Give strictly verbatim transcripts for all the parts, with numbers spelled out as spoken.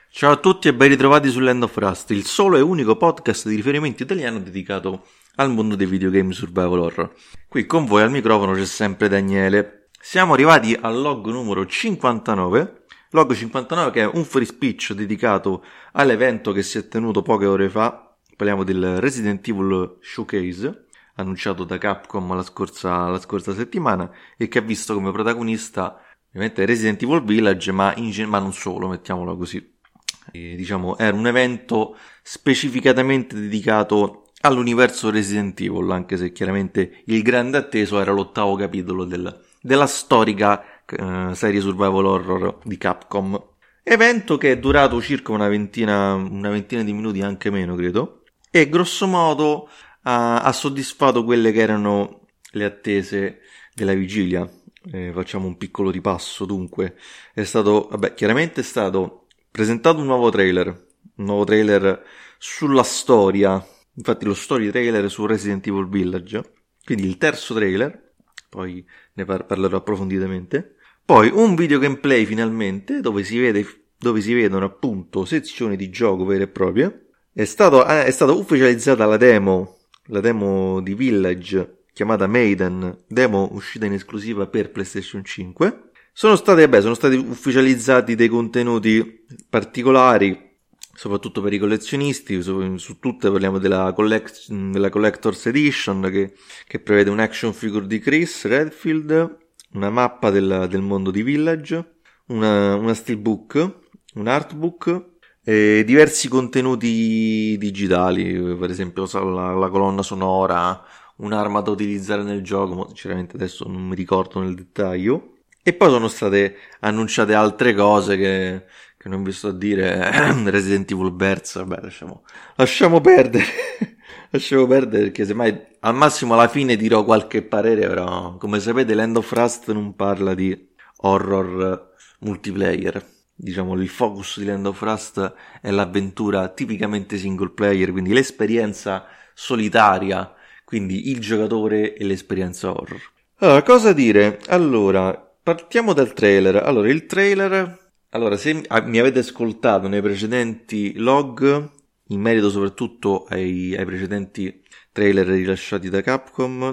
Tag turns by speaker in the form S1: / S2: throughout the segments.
S1: Ciao a tutti e ben ritrovati su Land of Rust, il solo e unico podcast di riferimento italiano dedicato al mondo dei videogame survival horror. Qui con voi al microfono c'è sempre Daniele. Siamo arrivati al log numero cinquantanove, log cinquantanove che è un free speech dedicato all'evento che si è tenuto poche ore fa. Parliamo del Resident Evil Showcase, annunciato da Capcom la scorsa, la scorsa settimana e che ha visto come protagonista ovviamente Resident Evil Village, ma, in, ma non solo, mettiamolo così. E, diciamo, era un evento specificatamente dedicato all'universo Resident Evil, anche se chiaramente il grande atteso era l'ottavo capitolo del, della storica eh, serie survival horror di Capcom. Evento che è durato circa una ventina, una ventina di minuti, anche meno credo, e grosso modo ha, ha soddisfatto quelle che erano le attese della vigilia. Eh, facciamo un piccolo ripasso. Dunque, è stato, vabbè, chiaramente è stato presentato un nuovo trailer, un nuovo trailer sulla storia, infatti lo story trailer su Resident Evil Village, quindi il terzo trailer, poi ne par- parlerò approfonditamente. Poi un video gameplay finalmente, dove si vede, dove si vedono appunto sezioni di gioco vere e proprie. È stato, è stata ufficializzata la demo, la demo di Village, chiamata Maiden, demo uscita in esclusiva per PlayStation cinque. Sono stati, vabbè, sono stati ufficializzati dei contenuti particolari, soprattutto per i collezionisti. Su, su tutte parliamo della, collect, della Collector's Edition, che, che prevede un action figure di Chris Redfield, una mappa del, del mondo di Village, una, una steelbook, un artbook e diversi contenuti digitali, per esempio la, la colonna sonora, un'arma da utilizzare nel gioco, ma sinceramente adesso non mi ricordo nel dettaglio. E poi sono state annunciate altre cose che, che non vi sto a dire. Resident Evil Birds, vabbè, lasciamo, lasciamo perdere. lasciamo perdere perché semmai al massimo alla fine dirò qualche parere, però come sapete Land of Rust non parla di horror multiplayer. Diciamo il focus di Land of Rust è l'avventura tipicamente single player, quindi l'esperienza solitaria, quindi il giocatore e l'esperienza horror. Allora, cosa dire? Allora, partiamo dal trailer. Allora, il trailer... Allora, se mi avete ascoltato nei precedenti log, in merito soprattutto ai, ai precedenti trailer rilasciati da Capcom,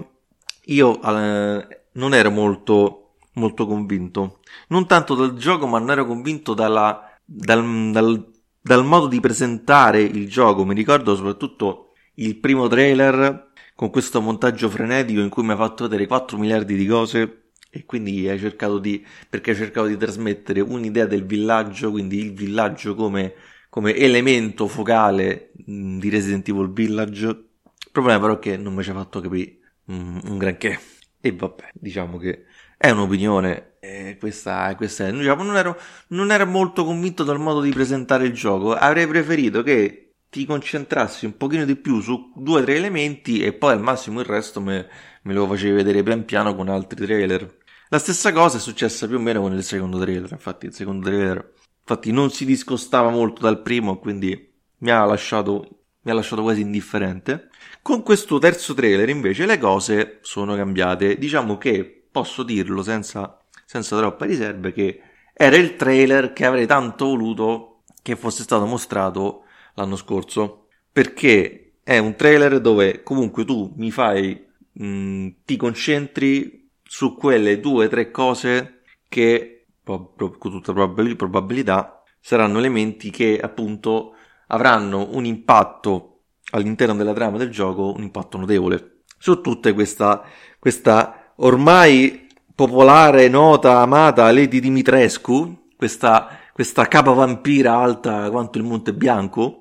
S1: io eh, non ero molto, molto convinto. Non tanto dal gioco, ma non ero convinto dalla, dal, dal, dal modo di presentare il gioco. Mi ricordo soprattutto il primo trailer con questo montaggio frenetico in cui mi ha fatto vedere quattro miliardi di cose e quindi hai cercato di, perché hai cercato di trasmettere un'idea del villaggio, quindi il villaggio come, come elemento focale mh, di Resident Evil Village. Il problema però è che non mi ci ha fatto capire mh, un granché, e vabbè, diciamo che è un'opinione, eh, questa, questa è, diciamo, non ero, non ero molto convinto dal modo di presentare il gioco. Avrei preferito che ti concentrassi un pochino di più su due o tre elementi e poi al massimo il resto me, me lo facevi vedere pian piano con altri trailer. La stessa cosa è successa più o meno con il secondo trailer. Infatti il secondo trailer infatti non si discostava molto dal primo, quindi mi ha lasciato mi ha lasciato quasi indifferente. Con questo terzo trailer invece le cose sono cambiate. Diciamo che posso dirlo senza, senza troppe riserve che era il trailer che avrei tanto voluto che fosse stato mostrato l'anno scorso, perché è un trailer dove comunque tu mi fai mh, ti concentri su quelle due o tre cose che con tutta probabilità saranno elementi che appunto avranno un impatto all'interno della trama del gioco, un impatto notevole su tutta questa questa ormai popolare, nota, amata Lady Dimitrescu, questa questa capa vampira alta quanto il Monte Bianco,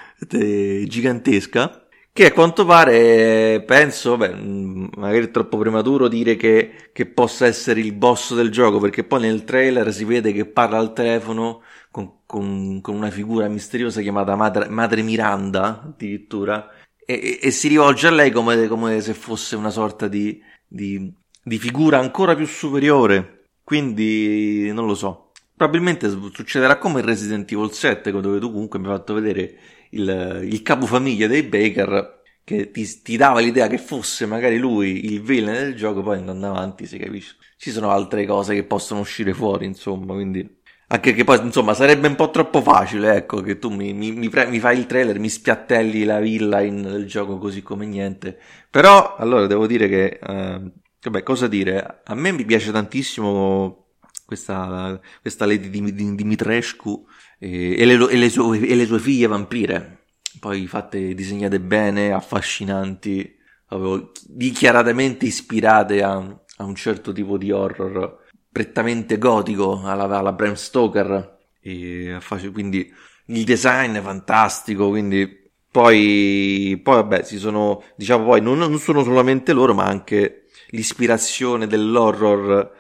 S1: gigantesca, che a quanto pare, penso, beh, magari è troppo prematuro dire che, che possa essere il boss del gioco, perché poi nel trailer si vede che parla al telefono con, con, con una figura misteriosa chiamata Madre, Madre Miranda, addirittura, e, e, e si rivolge a lei come, come se fosse una sorta di, di, di figura ancora più superiore, quindi non lo so. Probabilmente succederà come in Resident Evil sette, dove tu comunque mi hai fatto vedere il, il capofamiglia dei Baker, che ti, ti dava l'idea che fosse magari lui il villain del gioco, poi andando avanti si capisce. Ci sono altre cose che possono uscire fuori, insomma, quindi Anche che poi, insomma, sarebbe un po' troppo facile, ecco, che tu mi, mi, mi, pre- mi fai il trailer, mi spiattelli la villa in, nel gioco così come niente. Però, allora, devo dire che, eh, vabbè, cosa dire? A me mi piace tantissimo questa, questa Lady Dim- Dim- Dimitrescu e, e, le, e, le sue, e le sue figlie vampire. Poi fatte, disegnate bene, affascinanti, proprio dichiaratamente ispirate a, a un certo tipo di horror prettamente gotico alla, alla Bram Stoker, e quindi il design è fantastico, quindi poi, poi vabbè, si sono, diciamo, poi non, non sono solamente loro, ma anche l'ispirazione dell'horror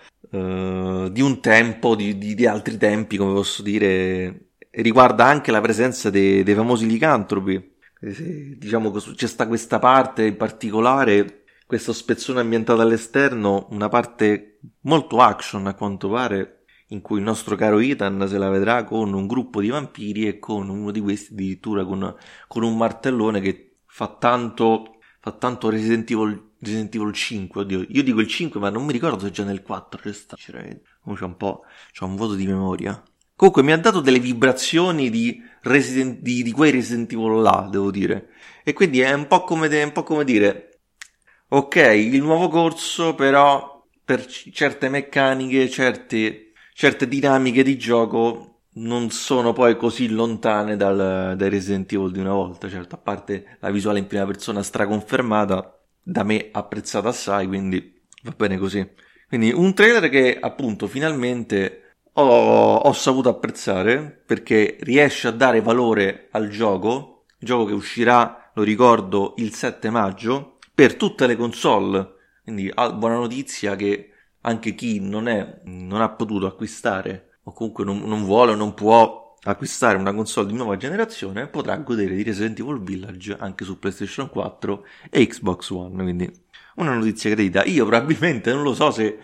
S1: eh, di un tempo, di, di, di altri tempi, come posso dire, riguarda anche la presenza dei, dei famosi licantropi. Diciamo che c'è sta questa parte in particolare, questo spezzone ambientato all'esterno, una parte molto action a quanto pare, in cui il nostro caro Ethan se la vedrà con un gruppo di vampiri e con uno di questi addirittura con, con un martellone che fa tanto, fa tanto Resident Evil, Resident Evil cinque, oddio, io dico il cinque ma non mi ricordo se già nel quattro c'è sta, c'è un po', c'ho un vuoto di memoria. Comunque mi ha dato delle vibrazioni di, Resident, di, di quei Resident Evil là, devo dire. E quindi è un po' come, de, un po' come dire, ok, il nuovo corso però per c- certe meccaniche, certe, certe dinamiche di gioco non sono poi così lontane dal, dai Resident Evil di una volta. Certo, a parte la visuale in prima persona straconfermata, da me apprezzata assai, quindi va bene così. Quindi un trailer che appunto finalmente... Ho, ho saputo apprezzare perché riesce a dare valore al gioco, gioco che uscirà, lo ricordo, il sette maggio per tutte le console. Quindi buona notizia che anche chi non è, non ha potuto acquistare o comunque non, non vuole o non può acquistare una console di nuova generazione potrà godere di Resident Evil Village anche su PlayStation quattro e Xbox One. Quindi una notizia gradita. Io probabilmente non lo so se,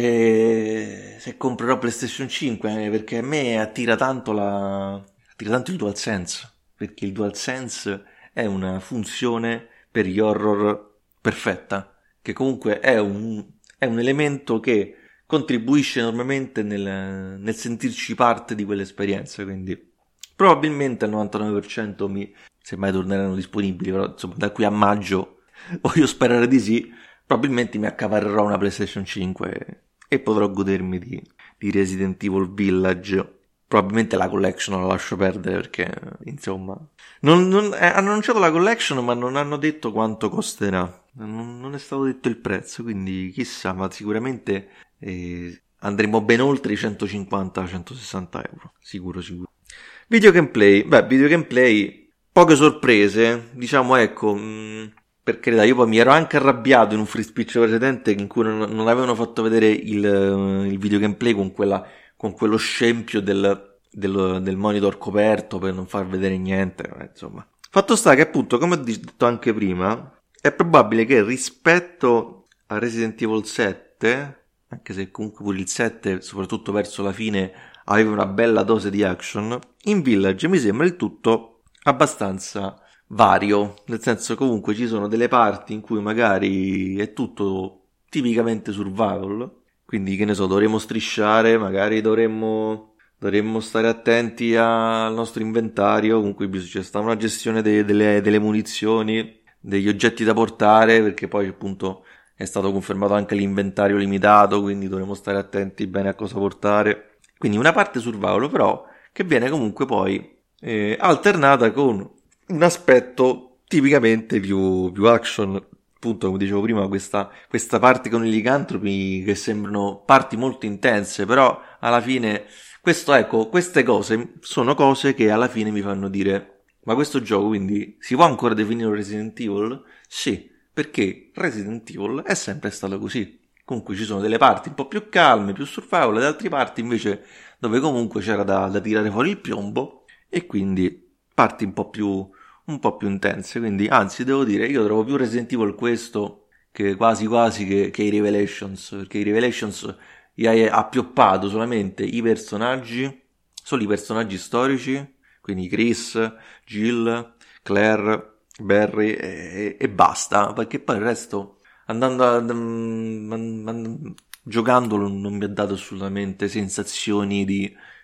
S1: se, se comprerò PlayStation cinque eh, perché a me attira tanto la attira tanto il DualSense, perché il DualSense è una funzione per gli horror perfetta, che comunque è un, è un elemento che contribuisce enormemente nel, nel sentirci parte di quell'esperienza, quindi probabilmente al novantanove per cento mi, se mai torneranno disponibili, però insomma da qui a maggio voglio sperare di sì, probabilmente mi accaparrerò una PlayStation cinque e potrò godermi di, di Resident Evil Village. Probabilmente la collection la lascio perdere perché, insomma, non, non, eh, hanno annunciato la collection ma non hanno detto quanto costerà. Non, non è stato detto il prezzo, quindi chissà, ma sicuramente eh, andremo ben oltre i centocinquanta centosessanta euro. Sicuro, sicuro. Video gameplay. Beh, video gameplay, poche sorprese. Diciamo, ecco... Mh, per carità, io poi mi ero anche arrabbiato in un free speech precedente in cui non, non avevano fatto vedere il, il video gameplay con quella con quello scempio del, del, del monitor coperto per non far vedere niente, insomma. Fatto sta che appunto, come ho detto anche prima, è probabile che rispetto a Resident Evil sette, anche se comunque pure il sette, soprattutto verso la fine, aveva una bella dose di action, in Village mi sembra il tutto abbastanza vario, nel senso comunque ci sono delle parti in cui magari è tutto tipicamente survival, quindi che ne so, dovremmo strisciare, magari dovremmo, dovremmo stare attenti al nostro inventario, comunque c'è stata una gestione de- delle, delle munizioni, degli oggetti da portare, perché poi appunto è stato confermato anche l'inventario limitato, quindi dovremmo stare attenti bene a cosa portare, quindi una parte survival però che viene comunque poi eh, alternata con un aspetto tipicamente più, più action, appunto come dicevo prima, questa, questa parte con i licantropi che sembrano parti molto intense, però alla fine questo, ecco, queste cose sono cose che alla fine mi fanno dire ma questo gioco quindi si può ancora definire Resident Evil? Sì, perché Resident Evil è sempre stato così. Comunque ci sono delle parti un po' più calme, più survival, ed altre parti invece dove comunque c'era da, da tirare fuori il piombo e quindi parti un po' più un po' più intense, quindi anzi devo dire io trovo più Resident Evil questo che quasi quasi che, che i Revelations, perché i Revelations gli hai appioppato solamente i personaggi, solo i personaggi storici, quindi Chris, Jill, Claire, Barry e, e basta, perché poi il resto andando a, um, giocandolo non mi ha dato assolutamente sensazioni di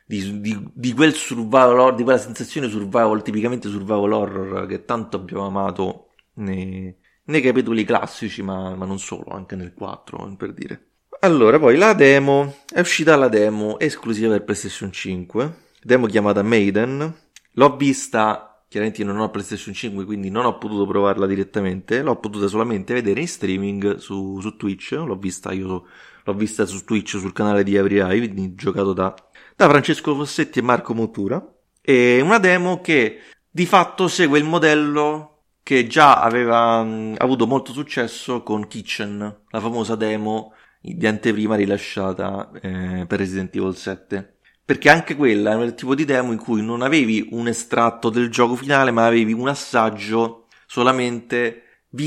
S1: di, di, di quel survival horror, di quella sensazione survival, tipicamente survival horror che tanto abbiamo amato nei, nei capitoli classici, ma, ma non solo, anche nel quattro, per dire. Allora, poi la demo, è uscita la demo esclusiva per PlayStation cinque, demo chiamata Maiden, l'ho vista, chiaramente io non ho PlayStation cinque, quindi non ho potuto provarla direttamente, l'ho potuta solamente vedere in streaming su, su Twitch, l'ho vista io, l'ho vista su Twitch sul canale di Every Eye, quindi giocato da, da Francesco Fossetti e Marco Mottura, è una demo che di fatto segue il modello che già aveva mh, avuto molto successo con Kitchen, la famosa demo di anteprima rilasciata eh, per Resident Evil sette, perché anche quella è un tipo di demo in cui non avevi un estratto del gioco finale, ma avevi un assaggio solamente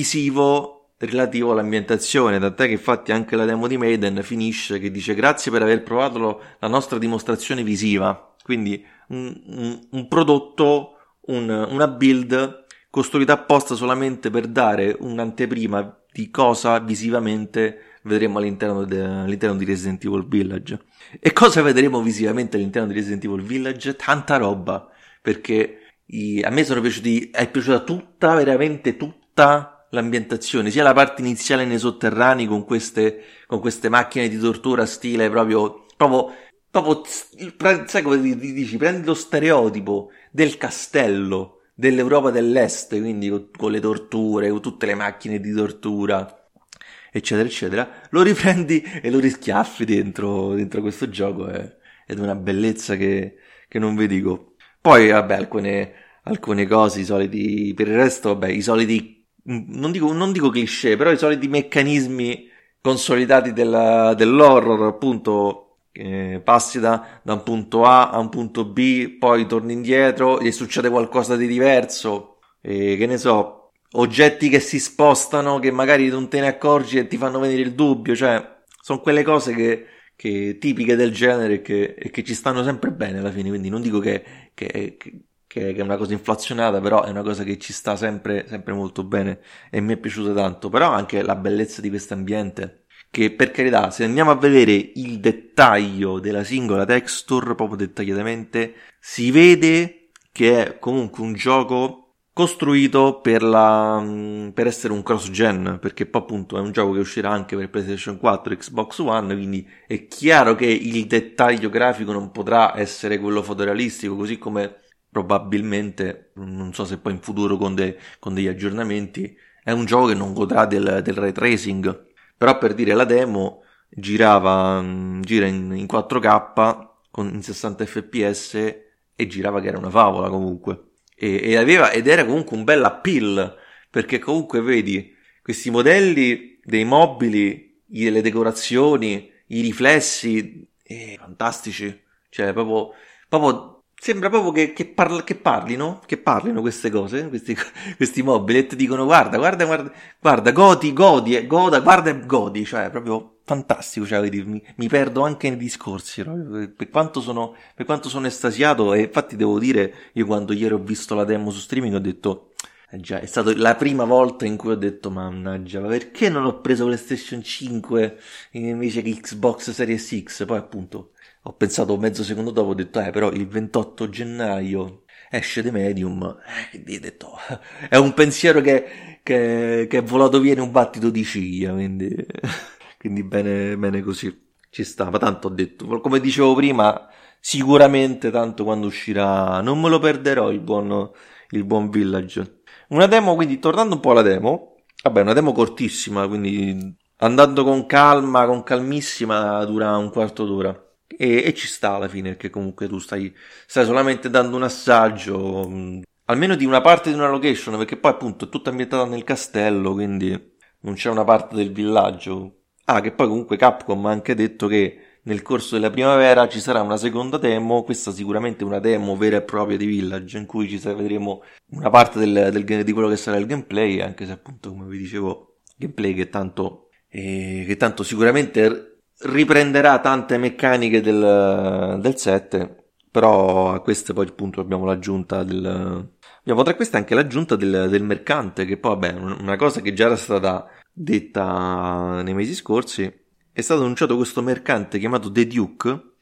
S1: visivo relativo all'ambientazione, tant'è che infatti anche la demo di Maiden finisce che dice grazie per aver provato la nostra dimostrazione visiva, quindi un, un, un prodotto, un, una build costruita apposta solamente per dare un'anteprima di cosa visivamente vedremo all'interno, de, all'interno di Resident Evil Village. E cosa vedremo visivamente all'interno di Resident Evil Village? Tanta roba, perché i, a me sono piaciuti, è piaciuta tutta, veramente tutta l'ambientazione, sia la parte iniziale nei sotterranei con queste, con queste macchine di tortura stile proprio, proprio, proprio sai come ti dici, prendi lo stereotipo del castello dell'Europa dell'Est, quindi con, con le torture, con tutte le macchine di tortura, eccetera eccetera, lo riprendi e lo rischiaffi dentro, dentro questo gioco, è, ed è una bellezza che, che non vi dico. Poi vabbè, alcune, alcune cose, i soliti, per il resto vabbè, i soliti, non dico, non dico cliché, però i soliti meccanismi consolidati della, dell'horror, appunto, eh, passi da, da un punto A a un punto B, poi torni indietro, gli succede qualcosa di diverso, e che ne so, oggetti che si spostano che magari non te ne accorgi e ti fanno venire il dubbio, cioè sono quelle cose che, che tipiche del genere che, e che ci stanno sempre bene alla fine, quindi non dico che, che, che, che è una cosa inflazionata, però è una cosa che ci sta sempre, sempre molto bene e mi è piaciuta tanto. Però anche la bellezza di questo ambiente, che per carità, se andiamo a vedere il dettaglio della singola texture proprio dettagliatamente, si vede che è comunque un gioco costruito per la per essere un cross gen, perché poi appunto è un gioco che uscirà anche per PlayStation quattro e Xbox One, quindi è chiaro che il dettaglio grafico non potrà essere quello fotorealistico, così come probabilmente, non so se poi in futuro con, de, con degli aggiornamenti, è un gioco che non godrà del, del ray tracing, però per dire la demo girava gira in, in quattro K con, in sessanta F P S e girava che era una favola comunque. E, e aveva, ed era comunque un bel appeal, perché comunque vedi questi modelli dei mobili, i, le decorazioni, i riflessi, eh, fantastici, cioè proprio, proprio sembra proprio che, che, parla, che parlino, che parlino queste cose, questi, questi mobili, e ti dicono guarda, guarda, guarda, guarda, godi, godi, goda, guarda e godi, cioè proprio fantastico, cioè vedi, mi, mi perdo anche nei discorsi, no? per quanto sono per quanto sono estasiato. E infatti devo dire, io quando ieri ho visto la demo su streaming ho detto eh già, è stata la prima volta in cui ho detto mannaggia, ma perché non ho preso PlayStation cinque invece che Xbox Series X? Poi appunto ho pensato mezzo secondo dopo, ho detto eh però il ventotto gennaio esce The Medium, eh, quindi ho detto è un pensiero che, che, che è volato via in un battito di ciglia, quindi quindi bene, bene così, ci stava. Tanto ho detto, come dicevo prima, sicuramente tanto quando uscirà non me lo perderò il buon, il buon Village. Una demo, quindi tornando un po' alla demo, vabbè, una demo cortissima, quindi andando con calma, con calmissima, dura un quarto d'ora. E, e ci sta alla fine, perché comunque tu stai, stai solamente dando un assaggio, mh, almeno di una parte di una location, perché poi appunto è tutta ambientata nel castello, quindi non c'è una parte del villaggio. Ah, che poi comunque Capcom ha anche detto che nel corso della primavera ci sarà una seconda demo, questa sicuramente una demo vera e propria di Village, in cui ci vedremo una parte del, del, di quello che sarà il gameplay, anche se appunto, come vi dicevo, gameplay che tanto, eh, che tanto sicuramente riprenderà tante meccaniche del, del sette, però a queste poi appunto abbiamo l'aggiunta del... abbiamo tra queste anche l'aggiunta del, del mercante, che poi vabbè, una cosa che già era stata detta nei mesi scorsi. È stato annunciato questo mercante chiamato The Duke,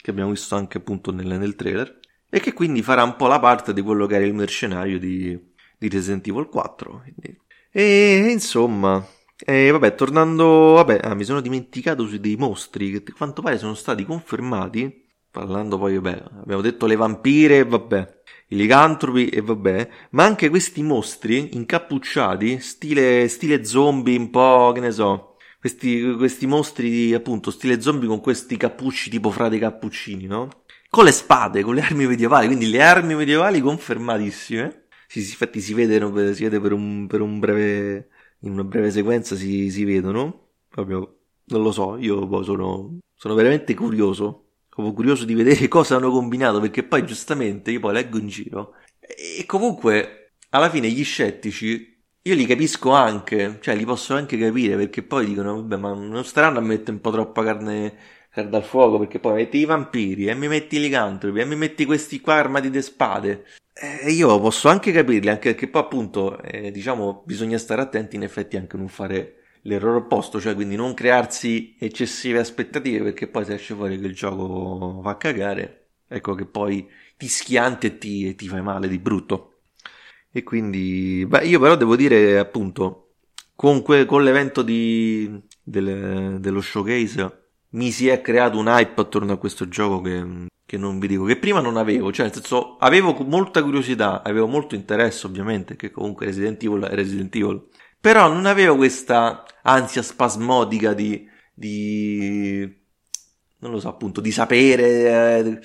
S1: che abbiamo visto anche appunto nel, nel trailer, e che quindi farà un po' la parte di quello che era il mercenario di, di Resident Evil quattro. Quindi. E insomma, e vabbè, tornando, vabbè, ah, mi sono dimenticato sui dei mostri che a quanto pare sono stati confermati, parlando poi, vabbè, abbiamo detto le vampire, vabbè, i licantropi e vabbè, ma anche questi mostri incappucciati, stile, stile zombie, un po', che ne so, questi, questi mostri appunto, stile zombie con questi cappucci tipo frate cappuccini, no? Con le spade, con le armi medievali, quindi le armi medievali confermatissime. Sì, sì, infatti si vedono, si vede per un, per un breve, in una breve sequenza si, si vedono, proprio, non lo so, io poi sono, sono veramente curioso. Sono curioso di vedere cosa hanno combinato, perché poi giustamente io poi leggo in giro e comunque alla fine gli scettici io li capisco anche, cioè li posso anche capire, perché poi dicono vabbè, ma non staranno a mettere un po' troppa carne, carne al fuoco, perché poi metti i vampiri e mi metti i licantropi e mi metti questi qua armati di spade. E io posso anche capirli, anche perché poi appunto eh, diciamo bisogna stare attenti in effetti anche a non fare l'errore opposto, cioè quindi non crearsi eccessive aspettative, perché poi se esce fuori che il gioco va a cagare, ecco che poi ti schianti e ti, e ti fai male di brutto. E quindi, beh, io però devo dire appunto, con, que, con l'evento di, del, dello showcase mi si è creato un hype attorno a questo gioco che, che non vi dico, che prima non avevo, cioè nel senso avevo molta curiosità, avevo molto interesse ovviamente, che comunque Resident Evil è Resident Evil, però non avevo questa ansia spasmodica di, di non lo so appunto, di sapere eh,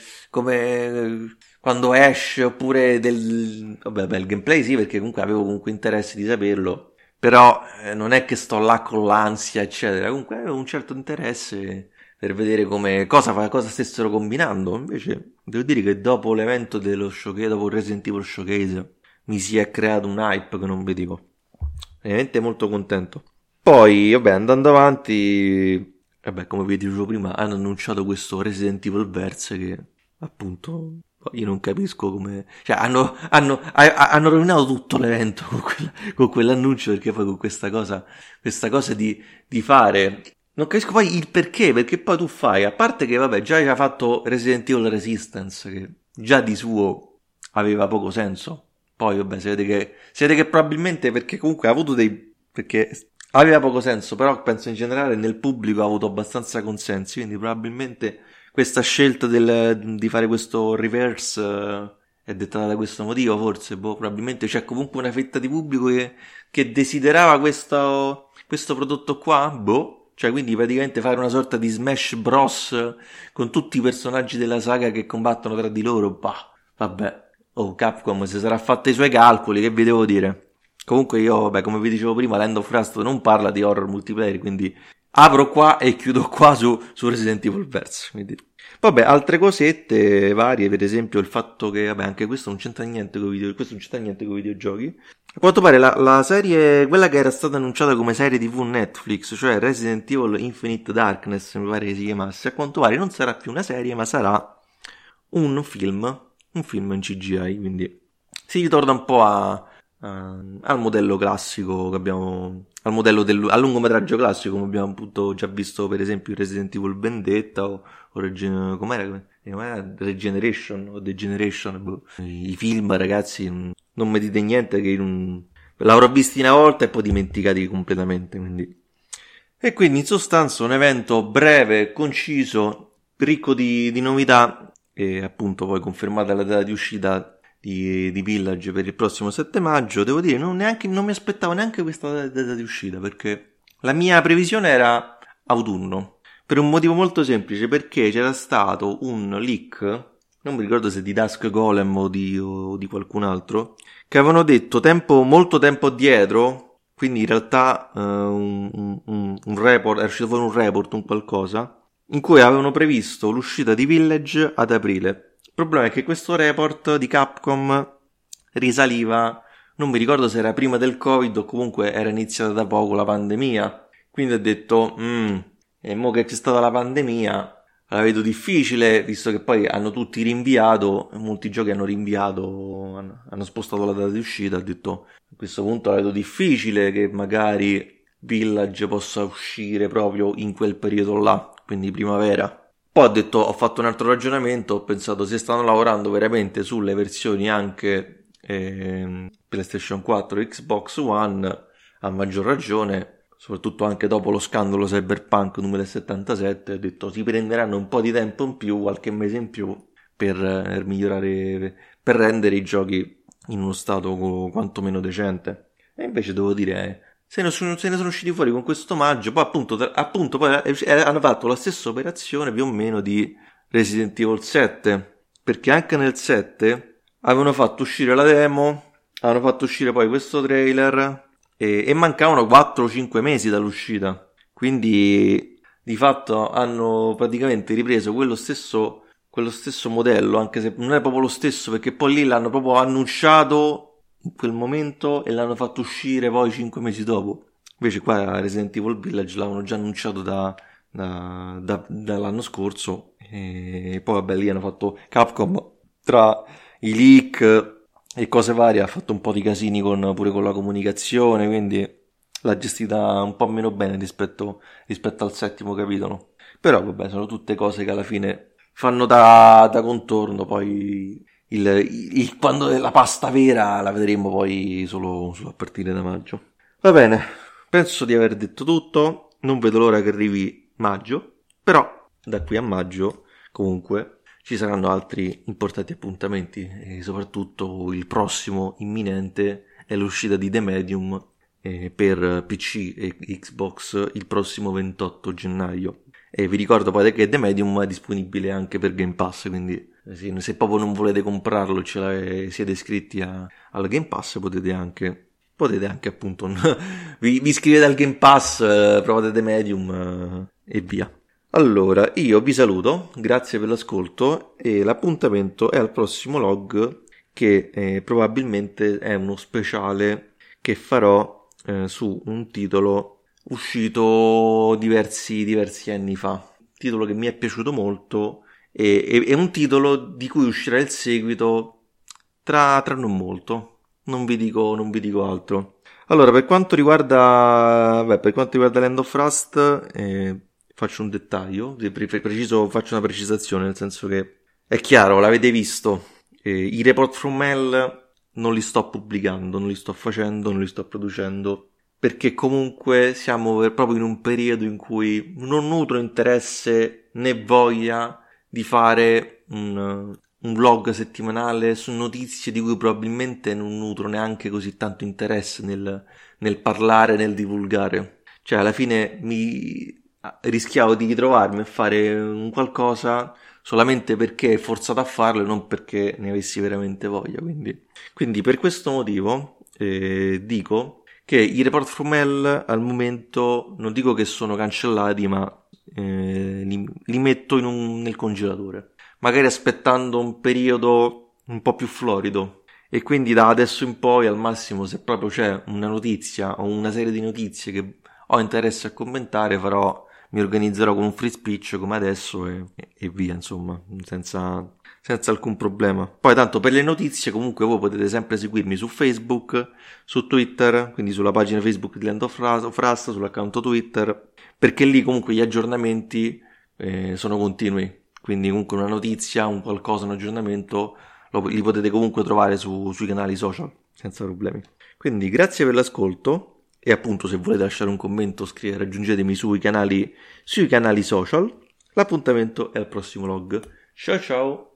S1: come quando esce, oppure del vabbè, beh, il gameplay sì, perché comunque avevo comunque interesse di saperlo, però eh, non è che sto là con l'ansia eccetera, comunque avevo un certo interesse per vedere come cosa, cosa stessero combinando. Invece devo dire che dopo l'evento dello showcase, dopo il Resident Evil showcase, mi si è creato un hype che non vedevo. Veramente molto contento. Poi, vabbè, andando avanti, vabbè, come vi dicevo prima, hanno annunciato questo Resident Evil Verse che, appunto, io non capisco come... Cioè, hanno, hanno, hanno rovinato tutto l'evento con, quella, con quell'annuncio, perché poi con questa cosa, questa cosa di, di fare... Non capisco poi il perché, perché poi tu fai, a parte che, vabbè, già aveva fatto Resident Evil Resistance, che già di suo aveva poco senso. Poi, vabbè, si vede che, si vede che probabilmente perché comunque ha avuto dei... perché aveva poco senso, però penso in generale nel pubblico ha avuto abbastanza consensi, quindi probabilmente questa scelta del, di fare questo reverse uh, è dettata da questo motivo, forse, boh, probabilmente c'è comunque una fetta di pubblico che, che desiderava questo, questo prodotto qua, boh. Cioè, quindi praticamente fare una sorta di Smash Bros. Con tutti i personaggi della saga che combattono tra di loro, bah, vabbè. Oh, Capcom si sarà fatta i suoi calcoli, che vi devo dire? Comunque io, vabbè, come vi dicevo prima, Land of Rust non parla di horror multiplayer, quindi apro qua e chiudo qua su, su Resident Evil Verse. Quindi. Vabbè, altre cosette varie, per esempio il fatto che, vabbè, anche questo non c'entra niente con i video, questo non c'entra niente con i videogiochi. A quanto pare la, la serie, quella che era stata annunciata come serie tivù Netflix, cioè Resident Evil Infinite Darkness, mi pare che si chiamasse, a quanto pare non sarà più una serie, ma sarà un film, un film in C G I, quindi si ritorna un po' a, a, al modello classico che abbiamo, al modello del al lungometraggio classico, come abbiamo appunto già visto per esempio in Resident Evil Vendetta o, o Regen- com'era, com'era? Regeneration o Degeneration, boh. I film, ragazzi, non mi dite niente che in un... l'avrò visti una volta e poi dimenticati completamente, quindi. E quindi in sostanza un evento breve, conciso, ricco di, di novità, e appunto poi confermata la data di uscita di, di Village per il prossimo sette maggio. Devo dire, non, neanche, non mi aspettavo neanche questa data di uscita, perché la mia previsione era autunno, per un motivo molto semplice, perché c'era stato un leak, non mi ricordo se di Dusk Golem o di, o di qualcun altro, che avevano detto tempo, molto tempo addietro, quindi in realtà uh, un, un, un report, è uscito fuori un report, un qualcosa, in cui avevano previsto l'uscita di Village ad aprile. Il problema è che questo report di Capcom risaliva, non mi ricordo se era prima del Covid o comunque era iniziata da poco la pandemia, quindi ho detto, mm, e mo che c'è stata la pandemia la vedo difficile, visto che poi hanno tutti rinviato, molti giochi hanno rinviato, hanno, hanno spostato la data di uscita, ho detto a questo punto la vedo difficile che magari Village possa uscire proprio in quel periodo là, quindi primavera. Poi ho detto, ho fatto un altro ragionamento, ho pensato se stanno lavorando veramente sulle versioni anche eh, PlayStation quattro e Xbox One, a maggior ragione, soprattutto anche dopo lo scandalo Cyberpunk duemilasettantasette, ho detto si prenderanno un po' di tempo in più, qualche mese in più, per, per migliorare, per rendere i giochi in uno stato quantomeno decente. E invece devo dire... Eh, Se ne, sono, se ne sono usciti fuori con questo omaggio, poi appunto, appunto poi hanno fatto la stessa operazione più o meno di Resident Evil sette, perché anche nel sette avevano fatto uscire la demo, avevano fatto uscire poi questo trailer e, e mancavano quattro o cinque mesi dall'uscita, quindi di fatto hanno praticamente ripreso quello stesso, quello stesso modello, anche se non è proprio lo stesso, perché poi lì l'hanno proprio annunciato in quel momento e l'hanno fatto uscire poi cinque mesi dopo. Invece qua Resident Evil Village l'avevano già annunciato da, da, da, dall'anno scorso e poi vabbè lì hanno fatto Capcom tra i leak e cose varie, ha fatto un po' di casini con, pure con la comunicazione, quindi l'ha gestita un po' meno bene rispetto, rispetto al settimo capitolo. Però vabbè, sono tutte cose che alla fine fanno da, da contorno, poi il, il, il, quando la pasta vera la vedremo poi solo, solo a partire da maggio. Va bene, penso di aver detto tutto, non vedo l'ora che arrivi maggio, però da qui a maggio comunque ci saranno altri importanti appuntamenti e soprattutto il prossimo imminente è l'uscita di The Medium eh, per P C e Xbox il prossimo ventotto gennaio. E vi ricordo poi che The Medium è disponibile anche per Game Pass, quindi sì, se proprio non volete comprarlo, ce l'avete, siete iscritti a, al Game Pass, potete anche, potete anche appunto, vi, vi iscrivete al Game Pass, eh, provate The Medium eh, e via. Allora, io vi saluto, grazie per l'ascolto e l'appuntamento è al prossimo log che eh, probabilmente è uno speciale che farò eh, su un titolo uscito diversi, diversi anni fa, titolo che mi è piaciuto molto e è, è un titolo di cui uscirà il seguito tra, tra non molto, non vi dico, non vi dico altro. Allora, per quanto riguarda beh, per quanto riguarda Land of Rust eh, faccio un dettaglio, preciso, faccio una precisazione, nel senso che è chiaro, l'avete visto, eh, i report from hell non li sto pubblicando, non li sto facendo, non li sto producendo, perché comunque siamo proprio in un periodo in cui non nutro interesse né voglia di fare un, un vlog settimanale su notizie di cui probabilmente non nutro neanche così tanto interesse nel, nel parlare, nel divulgare. Cioè alla fine mi rischiavo di ritrovarmi a fare un qualcosa solamente perché è forzato a farlo e non perché ne avessi veramente voglia. Quindi, quindi per questo motivo eh, dico che i report from hell al momento non dico che sono cancellati, ma eh, li, li metto in un, nel congelatore, magari aspettando un periodo un po' più florido, e quindi da adesso in poi al massimo, se proprio c'è una notizia o una serie di notizie che ho interesse a commentare, farò, mi organizzerò con un free speech come adesso e, e via, insomma, senza, senza alcun problema. Poi tanto per le notizie comunque voi potete sempre seguirmi su Facebook, su Twitter, quindi sulla pagina Facebook di Land of Rust, sull'account Twitter, perché lì comunque gli aggiornamenti eh, sono continui, quindi comunque una notizia, un qualcosa, un aggiornamento lo, li potete comunque trovare su, sui canali social senza problemi. Quindi grazie per l'ascolto. E appunto se volete lasciare un commento scrive, raggiungetemi sui canali, sui canali social. L'appuntamento è al prossimo log. Ciao ciao!